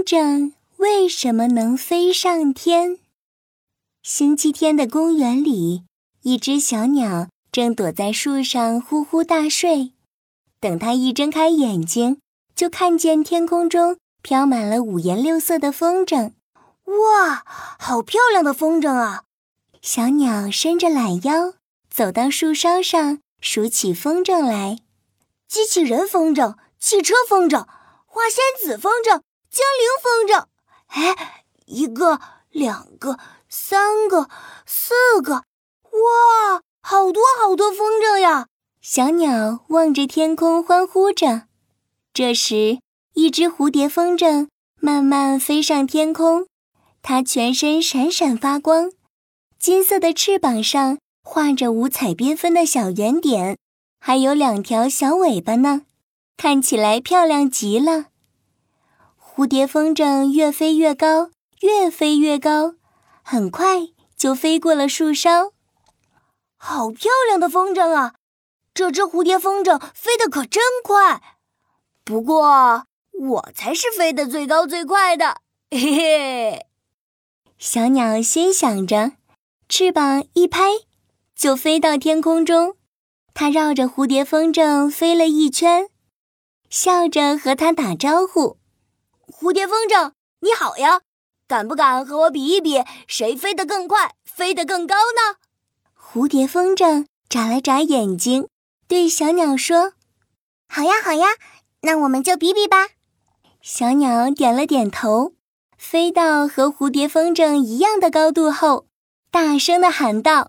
风筝为什么能飞上天？星期天的公园里，一只小鸟正躲在树上呼呼大睡。等它一睁开眼睛，就看见天空中飘满了五颜六色的风筝。 哇，好漂亮的风筝啊！ 小鸟伸着懒腰，走到树梢上，数起风筝来。 机器人风筝、汽车风筝、花仙子风筝、精灵风筝。哎，1个、2个、3个、4个，哇，好多好多风筝呀！ 小鸟望着天空欢呼着。这时，一只蝴蝶风筝慢慢飞上天空，它全身闪闪发光，金色的翅膀上画着五彩缤纷的小圆点，还有2条小尾巴呢，看起来漂亮极了。蝴蝶风筝越飞越高，越飞越高，很快就飞过了树梢。 好漂亮的风筝啊！这只蝴蝶风筝飞得可真快，不过我才是飞得最高最快的，嘿嘿。 小鸟心想着，翅膀一拍，就飞到天空中。它绕着蝴蝶风筝飞了一圈，笑着和它打招呼：“ 蝴蝶风筝，你好呀，敢不敢和我比一比，谁飞得更快，飞得更高呢？” 蝴蝶风筝眨了眨眼睛，对小鸟说：“ 好呀，好呀，那我们就比比吧。” 小鸟点了点头，飞到和蝴蝶风筝一样的高度后，大声地喊道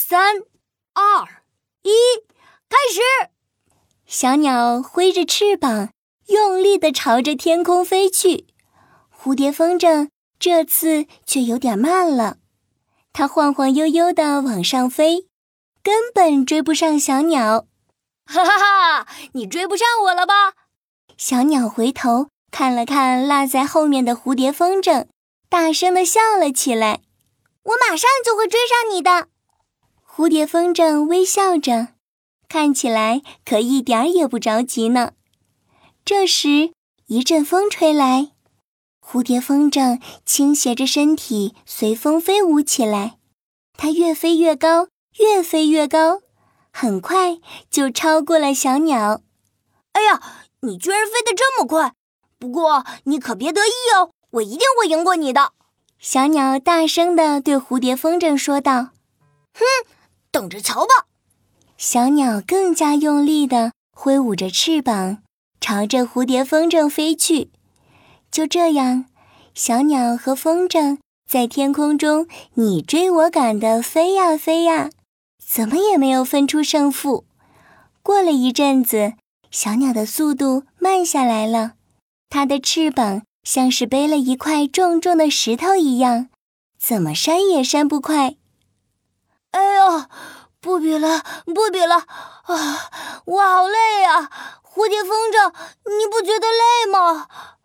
：“3、2、1，开始！” 小鸟挥着翅膀，用力地朝着天空飞去。蝴蝶风筝这次却有点慢了，它晃晃悠悠地往上飞，根本追不上小鸟。 哈哈哈，你追不上我了吧？ 小鸟回头看了看落在后面的蝴蝶风筝，大声地笑了起来：“ 我马上就会追上你的。” 蝴蝶风筝微笑着，看起来可一点也不着急呢。这时，一阵风吹来，蝴蝶风筝倾斜着身体，随风飞舞起来。它越飞越高，越飞越高，很快就超过了小鸟。 哎呀，你居然飞得这么快！不过你可别得意哦，我一定会赢过你的。 小鸟大声地对蝴蝶风筝说道：“ 哼，等着瞧吧！” 小鸟更加用力地挥舞着翅膀，朝着蝴蝶风筝飞去。就这样，小鸟和风筝在天空中你追我赶地飞呀飞呀，怎么也没有分出胜负。过了一阵子，小鸟的速度慢下来了，它的翅膀像是背了一块重重的石头一样，怎么扇也扇不快。 哎呦，不比了，不比了啊！我好累啊！蝴蝶风筝，你不觉得累吗？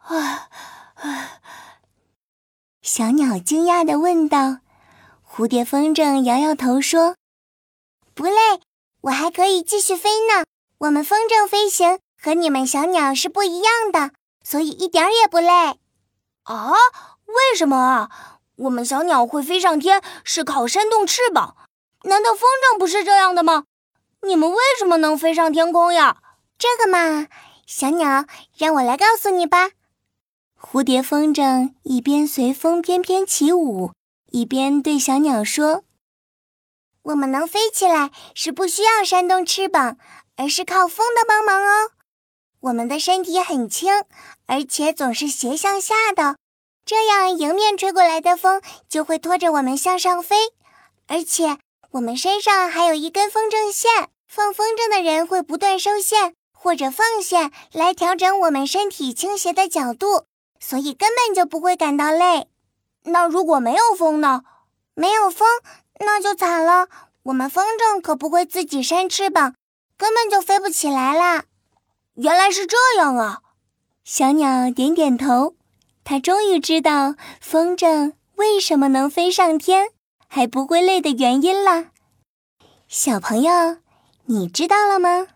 小鸟惊讶地问道。蝴蝶风筝摇摇头说：“ 不累，我还可以继续飞呢。我们风筝飞行和你们小鸟是不一样的，所以一点也不累。” 啊？为什么啊？我们小鸟会飞上天是靠扇动翅膀，难道风筝不是这样的吗？你们为什么能飞上天空呀？ 这个嘛，小鸟，让我来告诉你吧。 蝴蝶风筝一边随风翩翩起舞，一边对小鸟说：“ 我们能飞起来是不需要扇动翅膀，而是靠风的帮忙哦。我们的身体很轻，而且总是斜向下的，这样迎面吹过来的风就会拖着我们向上飞。而且我们身上还有一根风筝线，放风筝的人会不断收线或者放线来调整我们身体倾斜的角度，所以根本就不会感到累。 那如果没有风呢？ 没有风，那就惨了。我们风筝可不会自己扇翅膀，根本就飞不起来啦。 原来是这样啊！ 小鸟点点头，它终于知道风筝为什么能飞上天，还不会累的原因啦。小朋友，你知道了吗？